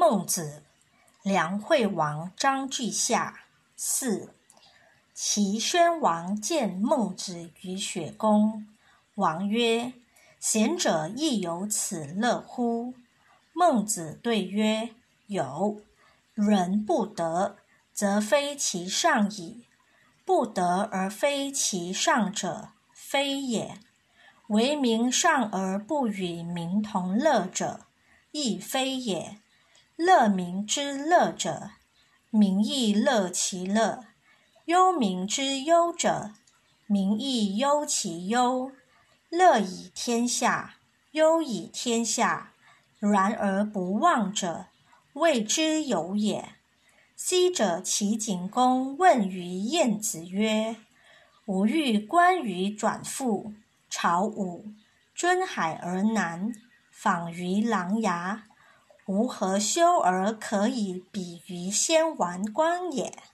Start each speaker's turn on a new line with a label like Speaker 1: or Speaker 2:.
Speaker 1: 孟子，梁惠王章句下。4. 齐宣王见孟子于雪宫，王曰：贤者亦有此乐乎？孟子对曰：有。人不得，则非其上矣；不得而非其上者，非也。为民上而不与民同乐者，亦非也。乐民之乐者，民亦乐其乐；忧民之忧者，民亦忧其忧。乐以天下，忧以天下，然而不忘者，谓之有也。昔者齐景公问于晏子曰：吾欲观于转腹，朝武，遵海而南，访于琅琊，吾何修而可以比于先王观也？